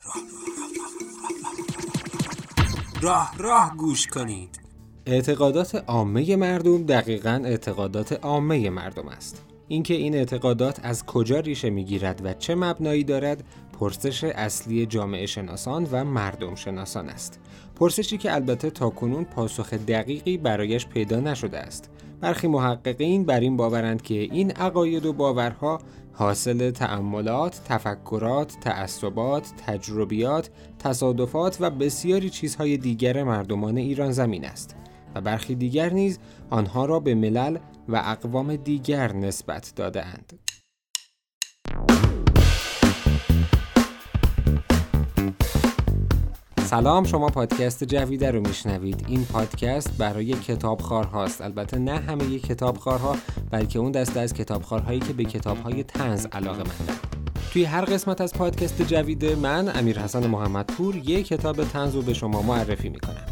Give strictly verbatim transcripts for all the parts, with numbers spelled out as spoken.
راه راه گوش کنید. اعتقادات عامه مردم دقیقاً اعتقادات عامه مردم است. اینکه این اعتقادات از کجا ریشه میگیرد و چه مبنایی دارد، پرسش اصلی جامعه شناسان و مردم شناسان است. پرسشی که البته تاکنون پاسخ دقیقی برایش پیدا نشده است. برخی محققین بر این باورند که این عقاید و باورها حاصل تأملات، تفکرات، تعصبات، تجربیات، تصادفات و بسیاری چیزهای دیگر مردمان ایران زمین است و برخی دیگر نیز آنها را به ملل و اقوام دیگر نسبت داده‌اند. سلام، شما پادکست جویده رو میشنوید. این پادکست برای کتابخوارهاست. البته نه همه کتابخوارها، بلکه اون دسته از کتابخوارهایی که به کتابهای طنز علاقه‌مندند. توی هر قسمت از پادکست جویده من امیرحسن محمدپور یک کتاب طنز رو به شما معرفی میکنم.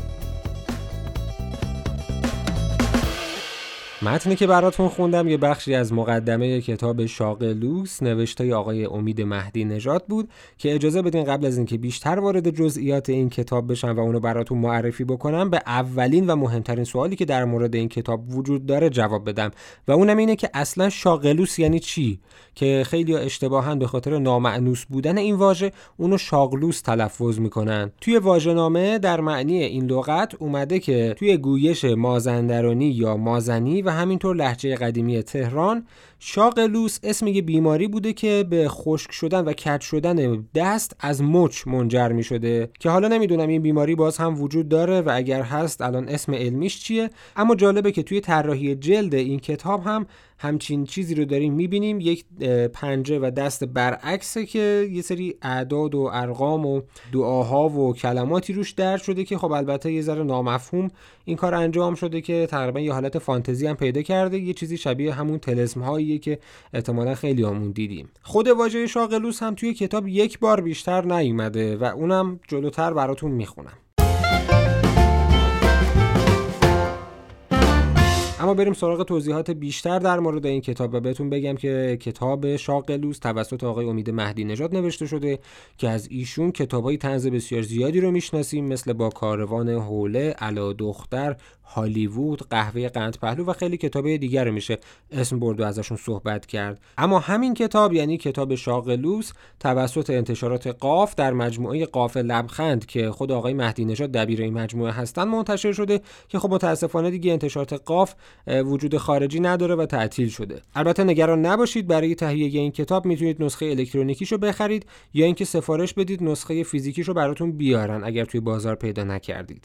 متنی که براتون خوندم یه بخشی از مقدمه کتاب شاقلوس نوشته آقای امید مهدی نژاد بود که اجازه بدین قبل از اینکه بیشتر وارد جزئیات این کتاب بشم و اونو براتون معرفی بکنم، به اولین و مهمترین سوالی که در مورد این کتاب وجود داره جواب بدم و اونم اینه که اصلا شاقلوس یعنی چی؟ که خیلی اشتباهاً به خاطر نامأنوس بودن این واژه اونو شاقلوس تلفظ میکنن. توی واژه‌نامه در معنی این لغت اومده که توی گویش مازندرانی یا مازنی و همینطور لهجه قدیمی تهران، شاقلوس اسم یه بیماری بوده که به خشک شدن و کج شدن دست از مچ منجر می شده که حالا نمیدونم این بیماری باز هم وجود داره و اگر هست الان اسم علمیش چیه. اما جالبه که توی طراحی جلد این کتاب هم همچین چیزی رو داریم میبینیم، یک پنجه و دست برعکسه که یه سری اعداد و ارقام و دعاها و کلماتی روش درج شده که خب البته یه ذره نامفهوم این کار انجام شده که تقریبا یه حالت فانتزی هم پیدا کرده، یه چیزی شبیه همون طلسم هاییه که احتمالاً خیلی همون دیدیم. خود واژه شاقلوس هم توی کتاب یک بار بیشتر نیومده و اونم جلوتر براتون میخونم. اما بریم سراغ توضیحات بیشتر در مورد این کتاب و بهتون بگم که کتاب شاقلوس توسط آقای امید مهدی نژاد نوشته شده که از ایشون کتابای طنز بسیار زیادی رو میشناسیم، مثل با کاروان حوله، علا دختر، هالیوود، قهوه قندپهلو و خیلی کتابای دیگر رو میشه اسم برد و ازشون صحبت کرد. اما همین کتاب یعنی کتاب شاقلوس توسط انتشارات قاف در مجموعه قاف لبخند که خود آقای مهدی نژاد دبیر این مجموعه هستن منتشر شده که خب متاسفانه دیگه انتشارات قاف وجود خارجی نداره و تعطیل شده. البته نگران نباشید، برای تهیه این کتاب میتونید نسخه الکترونیکیشو بخرید یا اینکه سفارش بدید نسخه فیزیکیشو براتون بیارن اگر توی بازار پیدا نکردید.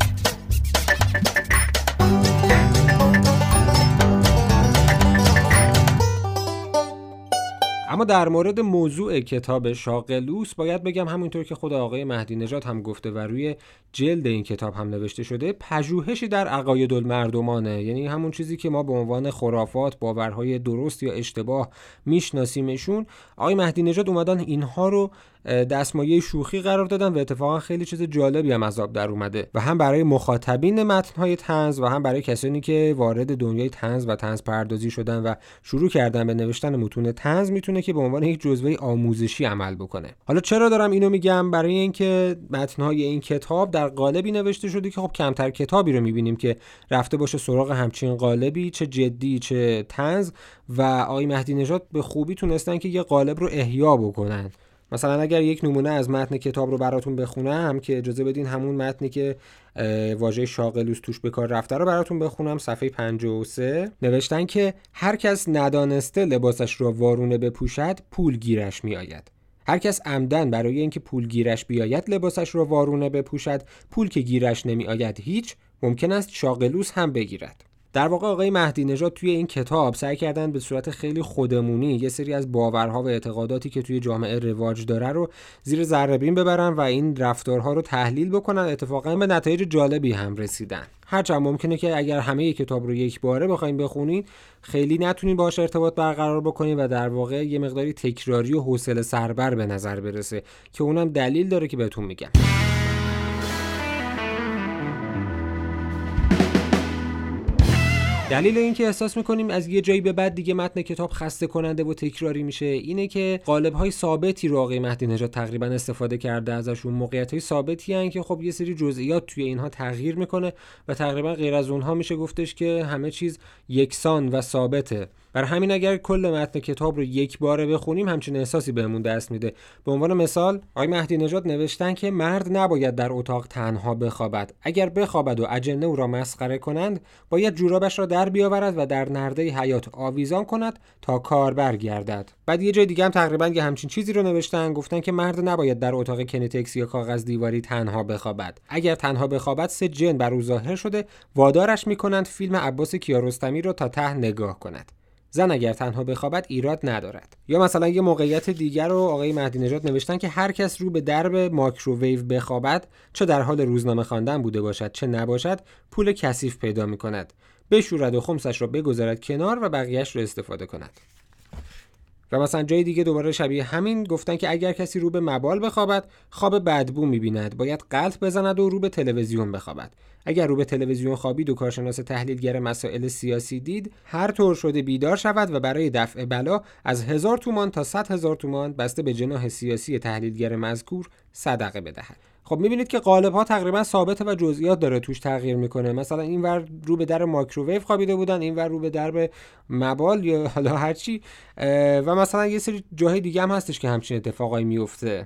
اما در مورد موضوع کتاب شاقلوس باید بگم همونطور که خود آقای مهدی نژاد هم گفته و روی جلد این کتاب هم نوشته شده، پژوهشی در عقاید المردمانه، یعنی همون چیزی که ما به عنوان خرافات، باورهای درست یا اشتباه میشناسیمشون. آقای مهدی نژاد اومدن اینها رو دستمایه شوخی قرار دادن و اتفاقا خیلی چیز جالبی هم از آب در اومده و هم برای مخاطبین متن‌های طنز و هم برای کسانی که وارد دنیای طنز و طنز پردازی شدن و شروع کردن به نوشتن متون طنز میتونه که به عنوان یک جزوه آموزشی عمل بکنه. حالا چرا دارم اینو میگم؟ برای اینکه متن‌های این کتاب در قالبی نوشته شده که خب کمتر کتابی رو میبینیم که رفته باشه سراغ همچین قالبی، چه جدی چه طنز، و آقای مهدی نژاد به خوبی تونستن که یه قالب رو احیا بکنن. مثلا اگر یک نمونه از متن کتاب رو براتون بخونم که اجازه بدین همون متنی که واژه شاقلوس توش به کار رفته رو براتون بخونم. صفحه پنجاه و سه نوشتن که هر کس ندانسته لباسش را وارونه بپوشد پول گیرش می آید. هر کس عمدن برای اینکه پول گیرش بیاید لباسش را وارونه بپوشد، پول که گیرش نمی آید هیچ، ممکن است شاقلوس هم بگیرد. در واقع آقای مهدی نژاد توی این کتاب سعی کردن به صورت خیلی خودمونی یه سری از باورها و اعتقاداتی که توی جامعه رواج داره رو زیر ذره بین ببرن و این رفتارها رو تحلیل بکنن. اتفاقا به نتایج جالبی هم رسیدن. هرچند ممکنه که اگر همه کتاب رو یک باره بخواید بخونین خیلی نتونین باهاش ارتباط برقرار بکنین و در واقع یه مقداری تکراری و حوصله سربر به نظر برسه که اونم دلیل داره که بهتون میگم. دلیل اینکه احساس میکنیم از یه جایی به بعد دیگه متن کتاب خسته کننده و تکراری میشه اینه که قالب‌های ثابتی رو آقای مهدی نژاد تقریبا استفاده کرده ازشون، موقعیت‌های ثابتی هستن که خب یه سری جزئیات توی اینها تغییر میکنه و تقریبا غیر از اونها میشه گفتش که همه چیز یکسان و ثابته. برای همین اگر کل متن کتاب رو یک باره بخونیم همچین احساسی بهمون دست میده. به عنوان مثال آقای مهدی نژاد نوشتن که مرد نباید در اتاق تنها بخوابد. اگر بخوابد و اجنه او را مسخره کنند باید جورابش را در بیاورد و در نرده حیات آویزان کند تا کار برگردد. بعد یه جای دیگه هم تقریبا یه همچین چیزی رو نوشتن، گفتن که مرد نباید در اتاق کنتکس یا کاغذ دیواری تنها بخوابد. اگر تنها بخوابد سه جن بر او ظاهر شده وادارش میکنند فیلم عباس کیارستمی رو تا ته نگاه کند. زن اگر تنها بخوابد ایراد ندارد. یا مثلا یه موقعیت دیگر رو آقای مهدی نژاد نوشتن که هر کس رو به درب مایکروویو بخوابد، چه در حال روزنامه خواندن بوده باشد چه نباشد، پول کثیف پیدا می‌کند. بشورد و خمسش را بگذارد کنار و بقیه‌اش رو استفاده کند. و مثلا جای دیگه دوباره شبیه همین گفتن که اگر کسی رو به مبال بخوابد خواب بدبو می‌بیند، باید غلط بزند و رو به تلویزیون بخوابد. اگر رو به تلویزیون خوابید و کارشناس تحلیلگر مسائل سیاسی دید، هر طور شده بیدار شود و برای دفع بلا از هزار تومان تا صد هزار تومان بسته به جناح سیاسی تحلیلگر مذکور صدقه بدهد. خب میبینید که قالب‌ها تقریبا ثابته و جزئیات داره توش تغییر میکنه. مثلا این ور رو به در مایکروویو خوابیده بودن، این ور رو به در مبال یا حالا هر چی، و مثلا یه سری جاهای دیگه هم هستش که همچین اتفاقایی میفته.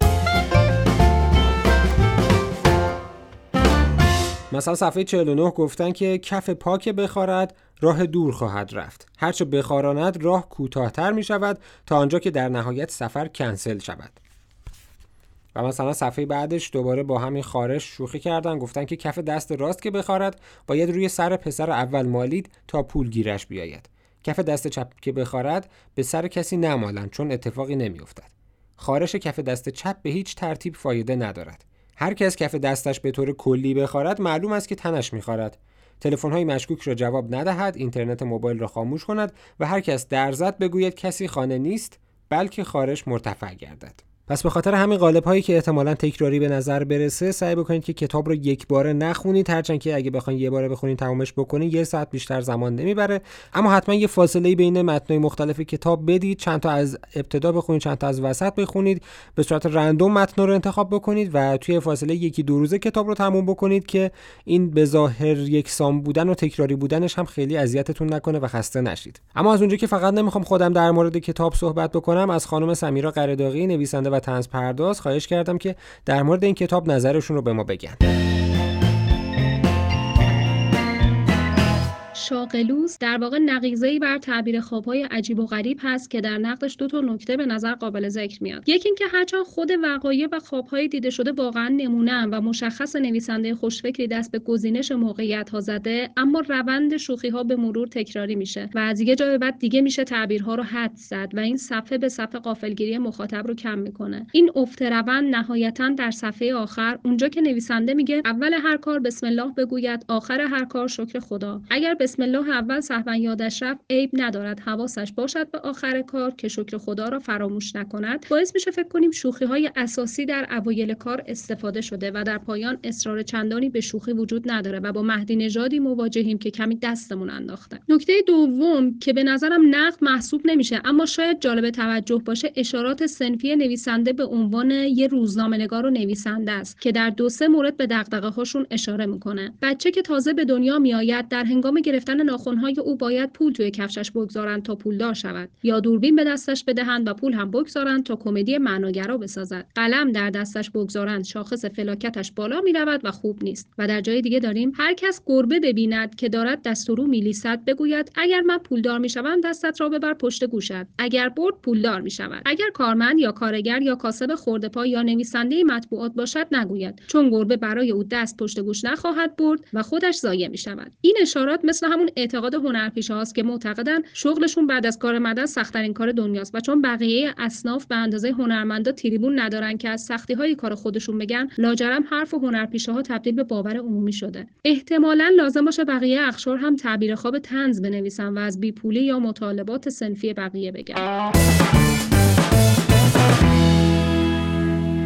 مثلا صفحه چهل و نه گفتن که کف پاک بخارد راه دور خواهد رفت، هرچه بخاراند راه کوتاه‌تر می شود تا آنجا که در نهایت سفر کنسل شود. و مثلا صفحه بعدش دوباره با همین خارش شوخی کردن، گفتن که کف دست راست که بخارد باید روی سر پسر اول مالید تا پول گیرش بیاید. کف دست چپ که بخارد به سر کسی نمالند چون اتفاقی نمی افتد. خارش کف دست چپ به هیچ ترتیب فایده ندارد. هر کس کف دستش به طور کلی بخارد معلوم است که تنش می‌خارد. تلفن‌های مشکوک را جواب ندهد، اینترنت موبایل را خاموش کند و هر کس در زد بگوید کسی خانه نیست بلکه خارش مرتفع گردد. پس به خاطر همین قالب‌هایی که احتمالاً تکراری به نظر برسه سعی بکنید که کتاب رو یک باره نخونید، هرچند که اگه بخواید یه باره بخونید تمامش بکنید یه ساعت بیشتر زمان نمیبره، اما حتما یه فاصله بین متن‌های مختلف کتاب بدید، چند تا از ابتدا بخونید چند تا از وسط بخونید، به صورت رندوم متن رو انتخاب بکنید و توی فاصله یکی دو روزه کتاب رو تموم بکنید که این به ظاهر یکسان بودن و تکراری بودنش هم خیلی اذیتتون نکنه و خسته نشید. اما از اونجا که فقط نمیخوام خودم در مورد کتاب صحبت بکنم، از خانم سمیرا قره‌داغی نویسنده و طنز پرداز خواهش کردم که در مورد این کتاب نظرشون رو به ما بگن. شاقلوس در واقع نقیضه‌ای بر تعبیر خواب‌های عجیب و غریب هست که در نقدش دو تا نکته به نظر قابل ذکر میاد. یکی اینکه هرچند خود وقایع و خواب‌های دیده شده واقعا نمونه‌اند و مشخص نویسنده خوشفکری دست به گزینش موقعیت‌ها زده، اما روند شوخی‌ها به مرور تکراری میشه و از یه جای بعد دیگه میشه تعبیرها رو حد زد و این صفحه به صفحه غافلگیری مخاطب رو کم میکنه. این افت روند نهایتاً در صفحه آخر، اونجا که نویسنده میگه اول هر کار بسم الله بگوید، آخر هر کار شکر خدا. اگر بسم الله اول سهوا یادش رفت عیب ندارد، حواسش باشد به آخر کار که شکر خدا را فراموش نکند. باعث میشه فکر کنیم شوخی‌های اساسی در اوایل کار استفاده شده و در پایان اصرار چندانی به شوخی وجود نداره و با مهدی نژادی مواجهیم که کمی دستمون انداخته. نکته دوم که به نظرم نقد محسوب نمیشه اما شاید جالب توجه باشه، اشارات صنفی نویسنده به عنوان یه روزنامه‌نگار و نویسنده است که در دو سه مورد به دغدغه‌هاشون اشاره میکنه. بچه که تازه به دنیا میآید در هنگام گرفتن ناخن‌های او باید پول توی کفشش بگذارند تا پولدار شود، یا دوربین به دستش بدهند و پول هم بگذارند تا کمدی معناگرا بسازد. قلم در دستش بگذارند شاخص فلاکتش بالا میرود و خوب نیست. و در جای دیگه داریم هر کس گربه ببیند که دارد دستورو میلیسد بگوید اگر من پولدار میشوم دستت را ببر پشت گوشت، اگر برد پولدار میشود. اگر کارمند یا کارگر یا کاسب خرده‌پا یا نویسنده مطبوعات باشد نگوید، چون گربه برای او دست پشت گوش نخواهد برد و خودش ضایع میشود. این اشارات مثل همون اعتقاد هنرپیشه هاست که معتقدن شغلشون بعد از کار مدن سخت‌ترین کار دنیاست و چون بقیه اصناف به اندازه هنرمندا تریبون ندارن که از سختی‌های کار خودشون بگن، لاجرم حرف هنرپیشه ها تبدیل به باور عمومی شده. احتمالاً لازم باشه بقیه اقشار هم تعبیر خواب طنز بنویسن و از بیپولی یا مطالبات صنفی بقیه بگن.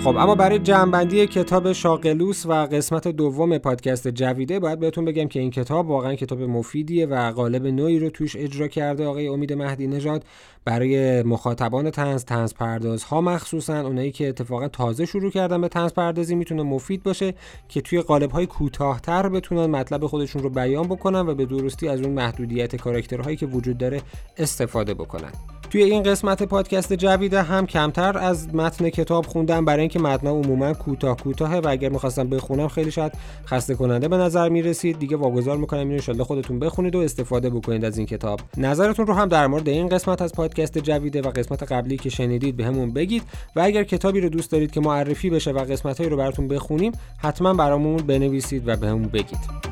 خب اما برای جمع‌بندی کتاب شاقلوس و قسمت دوم پادکست جویده باید بهتون بگم که این کتاب واقعا کتاب مفیدیه و قالب نوعی رو توش اجرا کرده آقای امید مهدی نژاد برای مخاطبان طنز طنز پردازها، مخصوصا اونایی که اتفاقا تازه شروع کردن به طنز پردازی میتونه مفید باشه که توی قالب‌های کوتاه‌تر بتونن مطلب خودشون رو بیان بکنن و به درستی از اون محدودیت کاراکترهایی که وجود داره استفاده بکنن. توی این قسمت پادکست جویده هم کمتر از متن کتاب خوندم برای اینکه متن‌ها عموما کوتاه کوتاهه و اگر می‌خواستم بخونم خیلی شاید خسته کننده به نظر می‌رسید. دیگه واگذار می‌کنم اینو ان شاءالله خودتون بخونید و استفاده بکنید از این کتاب. نظرتون رو هم در مورد این قسمت از پادکست جویده و قسمت قبلی که شنیدید بهمون بگید و اگر کتابی رو دوست دارید که معرفی بشه و قسمت‌هایی رو براتون بخونیم حتما برامون بنویسید و بهمون بگید.